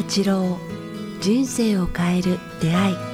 八郎、人生を変える出会い。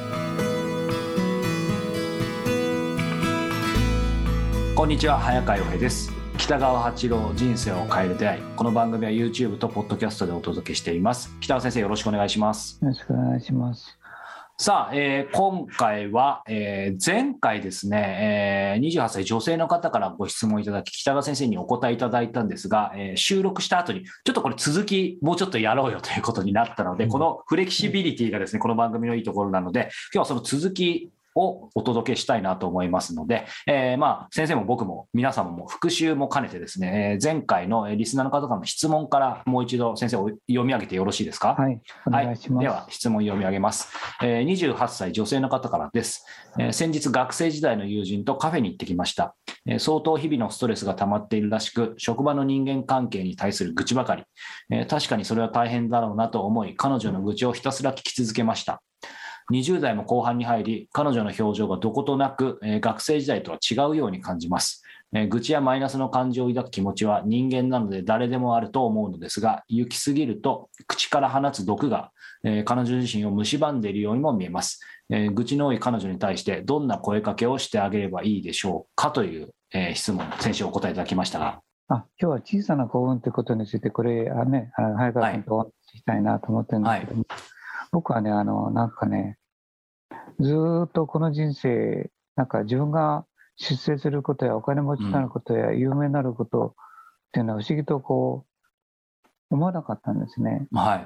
こんにちは、早川洋平です。北川八郎、人生を変える出会い。この番組は YouTube と Podcast でお届けしています。北川先生、よろしくお願いします。 よろしくお願いします。 さあ、今回は、前回ですね、28歳女性の方からご質問いただき、北川先生にお答えいただいたんですが、収録した後にちょっとこれ続きもうちょっとやろうよということになったので、このフレキシビリティがですね、この番組のいいところなので、今日はその続きをお届けしたいなと思いますので、先生も僕も皆様も復習も兼ねてですね、前回のリスナーの方からの質問からもう一度先生を読み上げてよろしいですか？ はい、お願いします。 では質問読み上げます。28歳女性の方からです。先日学生時代の友人とカフェに行ってきました。相当日々のストレスが溜まっているらしく、職場の人間関係に対する愚痴ばかり。確かにそれは大変だろうなと思い、彼女の愚痴をひたすら聞き続けました。20代も後半に入り、彼女の表情がどことなく、学生時代とは違うように感じます。愚痴やマイナスの感情を抱く気持ちは人間なので誰でもあると思うのですが、行き過ぎると口から放つ毒が、彼女自身を蝕んでいるようにも見えます。愚痴の多い彼女に対してどんな声かけをしてあげればいいでしょうかという、質問、先週お答えいただきましたが。 今日は小さな幸運ということについて、これはね、早川君とお話ししたいなと思ってるんですけども、僕はね、なんかね、ずっとこの人生、なんか自分が出世することやお金持ちになることや有名になることっていうのは不思議とこう思わなかったんですね。 はい。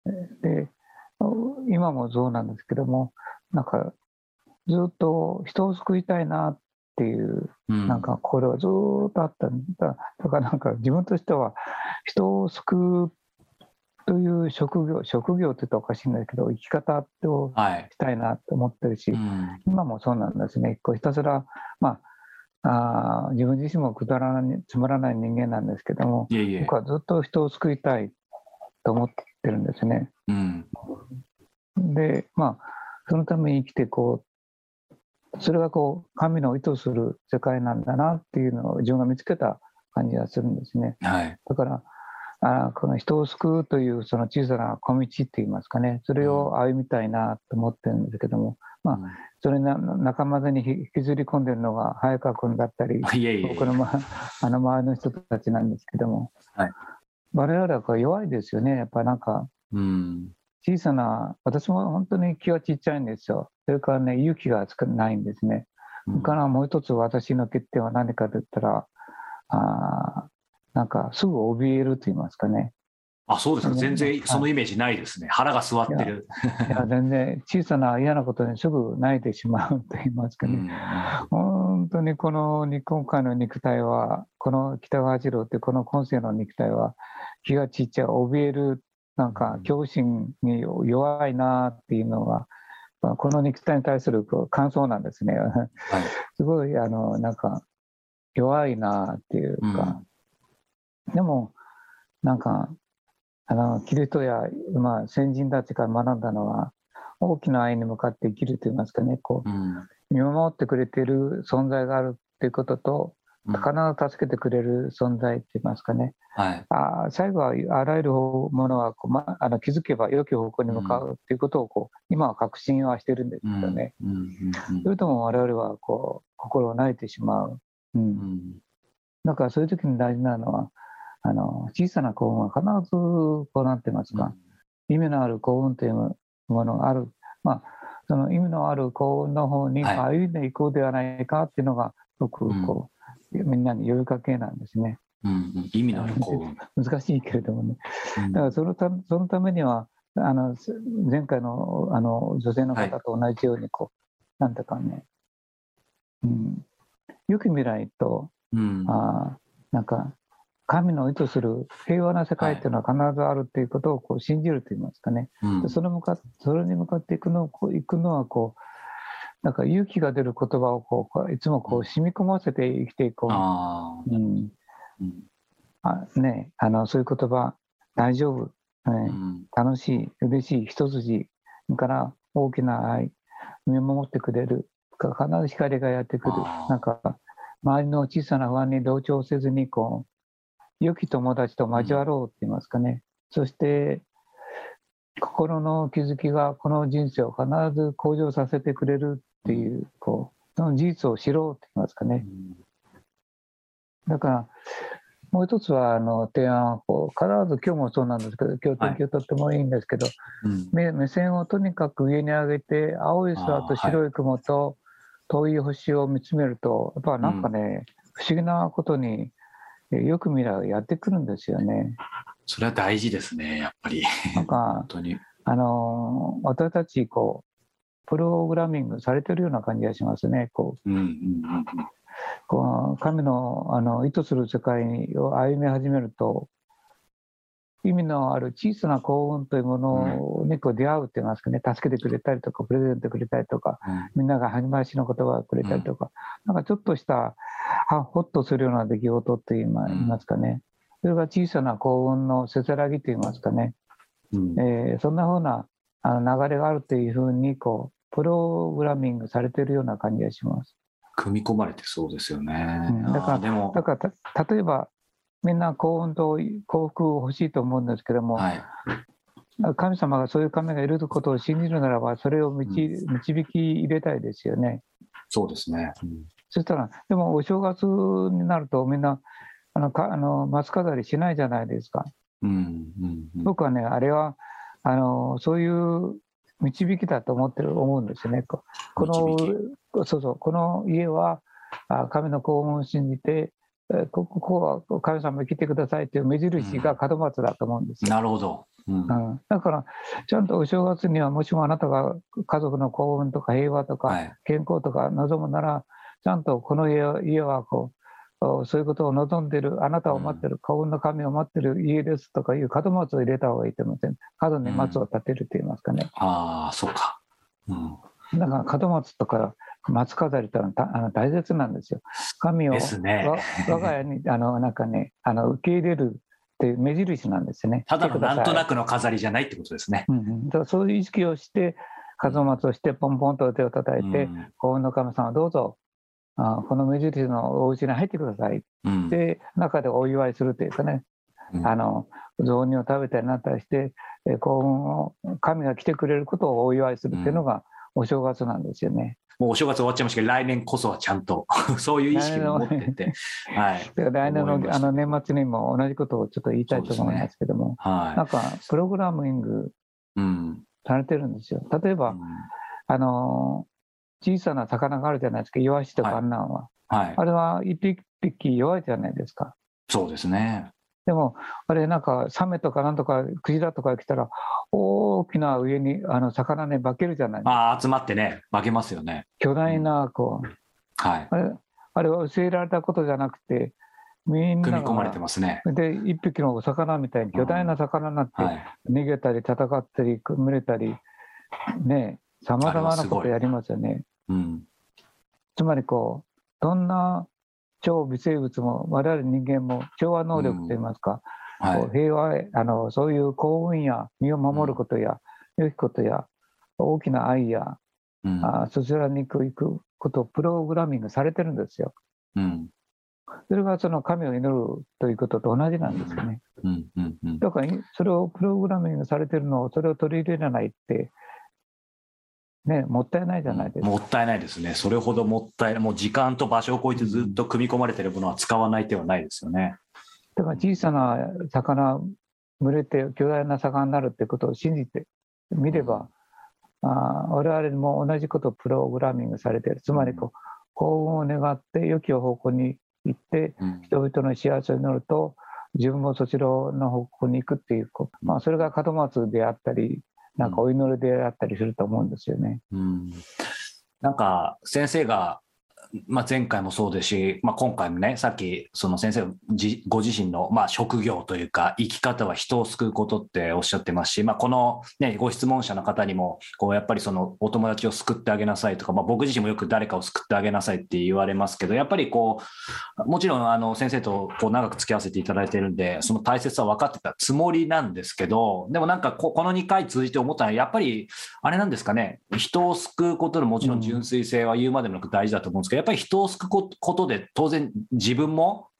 で、今もそうなんですけども、なんかずっと人を救いたいなっていう、なんかこれはずっとあったんだ。だからなんか自分としては人を救うという職業って言ったらおかしいんだけど、生き方をしたいなと思ってるし、今もそうなんですね。ひたすら、自分自身もくだらない、つまらない人間なんですけども、僕はずっと人を救いたいと思ってるんですね。で、そのために生きてそれが神の意図する世界なんだなっていうのを自分が見つけた感じがするんですね。だからこの人を救うというその小さな小道っていいますかね、それを歩みたいなと思ってるんですけども、それ仲間に引きずり込んでるのが早川君だったり、僕の周りの人たちなんですけども、我々は弱いですよね。やっぱなんか小さな、私も本当に気はちっちゃいんですよ。それからね、勇気がないんですね。それからもう一つ私の欠点は何かと言ったら、なんかすぐ怯えると言いますかね。 そうですか。全然そのイメージないですね。腹が据わってる。 いや全然小さな嫌なことにすぐ泣いてしまうと言いますかね。本当に今回の肉体は、この北川八郎ってこの今世の肉体は気がちっちゃい、怯える、なんか恐怖心に弱いなっていうのが、この肉体に対する感想なんですね。すごいなんか弱いなっていうか、でもなんかキリストや、先人たちから学んだのは、大きな愛に向かって生きるといいますかね、見守ってくれている存在があるっていうことと、必ず助けてくれる存在って言いますかね、最後はあらゆるものは気づけば良き方向に向かうっていうことを今は確信はしてるんですけどね、それとも我々は心を慣れてしまう。だからそういう時に大事なのは、小さな幸運は必ずなんて言いますか、意味のある幸運というものがある。その意味のある幸運の方に歩んでいこうではないかっていうのが、僕みんなに呼びかけなんですね。 意味のある幸運。 難しいけれどもね。だからそのためには、前回の女性の方と同じようになんだかね、良き未来と、なんか神の意図する平和な世界っていうのは必ずあるっていうことを信じると言いますかね。それに向かっていくのはなんか勇気が出る言葉をいつも染み込ませて生きていこう。そういう言葉、大丈夫、楽しい、嬉しい、一筋から大きな愛、見守ってくれる、必ず光がやってくる。なんか周りの小さな不安に同調せずに良き友達と交わろうって言いますかね。そして心の気づきがこの人生を必ず向上させてくれるっていう、その事実を知ろうって言いますかね。だからもう一つは提案は必ず今日もそうなんですけど、今日天気とってもいいんですけど、目線をとにかく上に上げて青い空と白い雲と遠い星を見つめると、やっぱなんかね、不思議なことによく未来がやってくるんですよね。 それは大事ですね、やっぱり。 なんか本当に私たちプログラミングされてるような感じがしますね。神の意図する世界を歩み始めると、意味のある小さな幸運というものに出会うといいますかね、助けてくれたりとか、プレゼントくれたりとか、みんなが励ましの言葉をくれたりとか、なんかちょっとしたほっとするような出来事といいますかね、それが小さな幸運のせせらぎといいますかね、そんなふうな流れがあるというふうにプログラミングされているような感じがします。 組み込まれてそうですよね。 だから例えばみんな幸運と幸福を欲しいと思うんですけども、神様がそういう神がいることを信じるならば、それを導き入れたいですよね。 そうですね。 そしたらでもお正月になるとみんな松飾りしないじゃないですか。僕はね、あれはそういう導きだと思うんですよね。この家は神の幸運を信じて、ここは神様に来てくださいという目印が門松だと思うんですよ。 なるほど。 だからちゃんとお正月には、もしもあなたが家族の幸運とか平和とか健康とか望むなら、ちゃんとこの家はそういうことを望んでいる、あなたを待っている、幸運の神を待っている家ですとかいう門松を入れた方がいいと思いますね。角に松を立てるといいますかね。 そうか。 だから門松とか松飾りというのは大切なんですよ。神を我が家になんかね、受け入れるっていう目印なんですよね。 ただのなんとなくの飾りじゃないってことですね。 だからそういう意識をして門松をしてポンポンと手を叩いて、幸運の神様どうぞこの目印のお家に入ってください、で中でお祝いするというかね、雑煮を食べたりなったりして幸運を神が来てくれることをお祝いするっていうのがお正月なんですよね。 もうお正月終わっちゃいましたけど、来年こそはちゃんとそういう意識を持ってて、 来年の年末にも同じことをちょっと言いたいと思いますけども、なんかプログラミングされてるんですよ。例えば、小さな魚があるじゃないですか、イワシとかあんなんは、あれは一匹一匹弱いじゃないですか。 そうですね。 でもあれなんかサメとかなんとかクジラとか来たら大きな上に魚に化けるじゃないですか。 集まってね、化けますよね。 巨大なあれは教えられたことじゃなくて、みんなが組み込まれてますね。 で一匹のお魚みたいに巨大な魚になって、逃げたり戦ったり群れたりね、さまざまなことやりますよね。つまりどんな超微生物も我々人間も調和能力といいますか、平和そういう幸運や身を守ることや、良きことや大きな愛や、そちらに行くことをプログラミングされてるんですよ。それがその神を祈るということと同じなんですよね。だからそれをプログラミングされてるのをそれを取り入れらないってね、もったいないじゃないですか。 もったいないですね。それほどもったいない、もう時間と場所を超えてずっと組み込まれているものは使わない手はないですよね。 だから小さな魚群れて巨大な魚になるってことを信じてみれば、我々も同じことをプログラミングされている。つまり幸運を願って良き方向に行って、人々の幸せを祈ると自分もそちらの方向に行くっていう、それが門松であったり、なんかお祈りであったりすると思うんですよね。 なんか先生が、前回もそうですし、今回もね、さっきその先生ご自身の職業というか生き方は人を救うことっておっしゃってますし、この、ね、ご質問者の方にもやっぱりそのお友達を救ってあげなさいとか、僕自身もよく誰かを救ってあげなさいって言われますけど、やっぱりもちろん先生と長く付き合わせていただいているんで、その大切さは分かってたつもりなんですけど、でもなんかこの2回通じて思ったのは、やっぱりあれなんですかね、人を救うことのもちろん純粋性は言うまでもなく大事だと思うんですけど、やっぱり人を救うことで当然自分も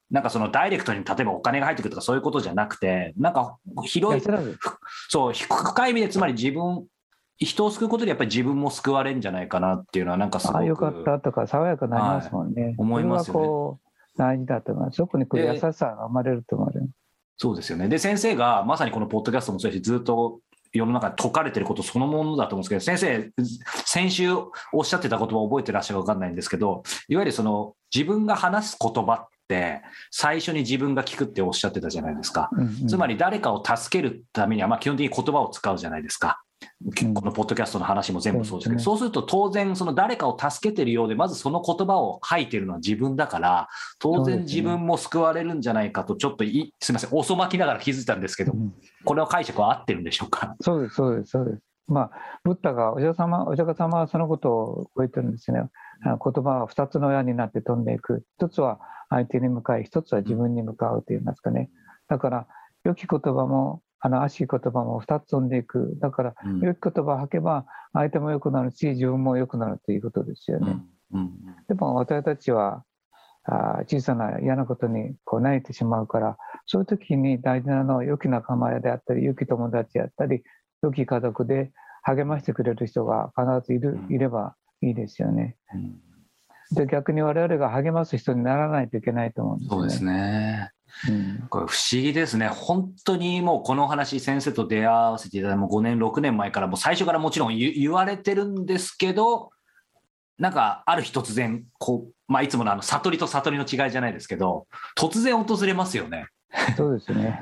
なんかそのダイレクトに例えばお金が入ってくるとかそういうことじゃなくて、なんか広い、そう深い意味で、つまり人を救うことでやっぱり自分も救われるんじゃないかなっていうのは、なんかすごくよかったとか爽やかになりますもんね、 思いますよね。 それはこう大事だと思います。そこに優しさが生まれると思う。 そうですよね。で、先生がまさにこのポッドキャストもそうですし、ずっと世の中で説かれてることそのものだと思うんですけど、先生、先週おっしゃってた言葉を覚えてらっしゃるか分かんないんですけど、いわゆるその自分が話す言葉って最初に自分が聞くっておっしゃってたじゃないですか。つまり誰かを助けるためには、基本的に言葉を使うじゃないですか。このポッドキャストの話も全部そうですけど、そうすると当然その誰かを助けてるようで、まずその言葉を吐いてるのは自分だから、当然自分も救われるんじゃないかと、ちょっとすみません、遅まきながら気づいたんですけど、これの解釈は合ってるんでしょうか。 そうですそうですそうです。ブッダがお釈迦様はそのことを言ってるんですね。言葉は2つの矢になって飛んでいく。1つは相手に向かい、1つは自分に向かうといいますかね。だから良き言葉も悪しい言葉も2つ飛んでいく。だから良き言葉を吐けば相手も良くなるし、自分も良くなるということですよね。でも私たちは小さな嫌なことに泣いてしまうから、そういう時に大事なのは良き仲間であったり、良き友達であったり、良き家族で励ましてくれる人が必ずいればいいですよね。で、逆に我々が励ます人にならないといけないと思うんですね。 そうですね。これ不思議ですね。本当にもうこの話、先生と出会わせていただいても5年6年前からもう最初からもちろん言われてるんですけど、なんかある日突然いつもの悟りと悟りの違いじゃないですけど、突然訪れますよね。 そうですね。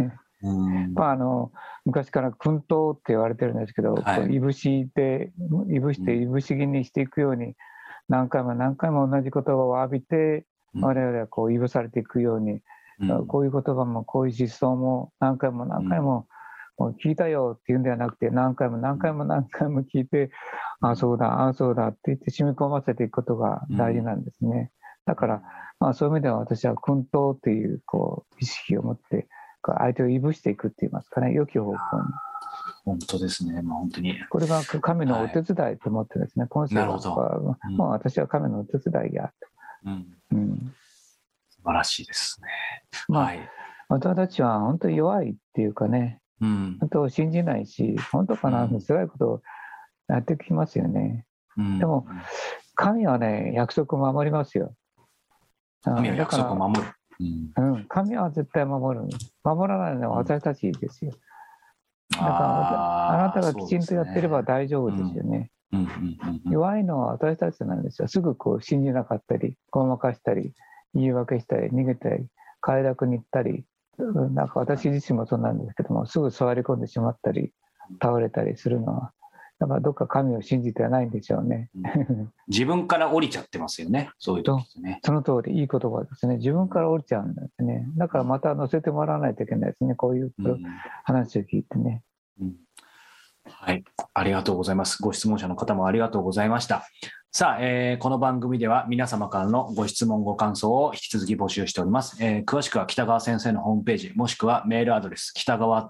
昔から薫陶って言われてるんですけど、いぶしていぶし銀にしていくように、何回も何回も同じ言葉を浴びて、我々はいぶされていくように、こういう言葉もこういう思想も何回も何回も聞いたよっていうんではなくて、何回も何回も何回も聞いて、ああそうだああそうだって言って染み込ませていくことが大事なんですね。だからそういう意味では私は薫陶っていう意識を持って相手をいぶしていくって言いますかね、良き方向に。 本当ですね。本当にこれが神のお手伝いと思ってですね、今世はもう私は神のお手伝いやと。 素晴らしいですね。 私たちは本当に弱いっていうかね、本当を信じないし、本当かな、辛いことをやってきますよね。でも神はね、約束を守りますよ。 神は約束を守る。 神は絶対守る。守らないのは私たちですよ。だからあなたがきちんとやってれば大丈夫ですよね。弱いのは私たちなんですよ。すぐ信じなかったり、ごまかしたり、言い訳したり、逃げたり、快楽に行ったり、なんか私自身もそうなんですけども、すぐ座り込んでしまったり、倒れたりするのは、だからどっか神を信じてはないんでしょうね。 自分から降りちゃってますよね、そういう時ですね。 その通り、いい言葉ですね。自分から降りちゃうんですね。だからまた乗せてもらわないといけないですね、こういう話を聞いてね。 はい、ありがとうございます。ご質問者の方もありがとうございました。さあ、この番組では皆様からのご質問ご感想を引き続き募集しております。詳しくは北川先生のホームページもしくはメールアドレス北川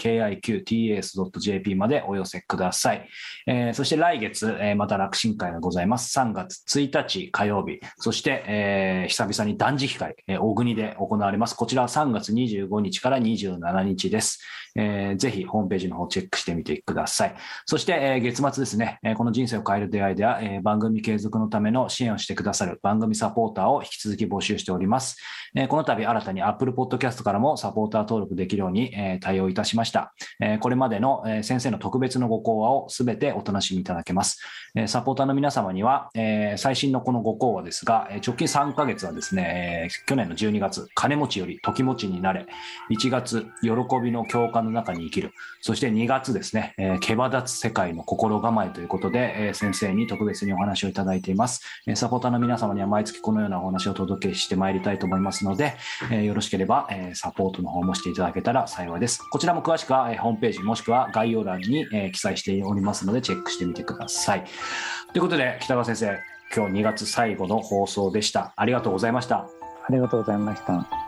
@kiqtas.jp までお寄せください。そして来月、また楽神会がございます。3月1日火曜日、そして、久々に断食会、小国で行われます。こちらは3月25日から27日です。ぜひホームページの方チェックしてみてください。そして、月末ですね、この人生を変える出会いでは、番組継続のための支援をしてくださる番組サポーターを引き続き募集しております。この度新たに Apple Podcast からもサポーター登録できるように、対応いたしました。これまでの、先生の特別のご講話をすべてお楽しみいただけます。サポーターの皆様には、最新のこのご講話ですが、直近3ヶ月はですね、去年の12月、金持ちより時持ちになれ、1月、喜びの共感の中に生きる、そして2月ですね、毛羽立つ世界の心構えということで、先生に特別にお話をいただいています。サポーターの皆様には毎月このようなお話をお届けしてまいりたいと思いますので、よろしければ、サポートの方もしていただけたら幸いです。こちらも詳しくは、ホームページもしくは概要欄に、記載しておりますのでチェックしてみてください。ということで北川先生、今日2月最後の放送でした。ありがとうございました。 ありがとうございました。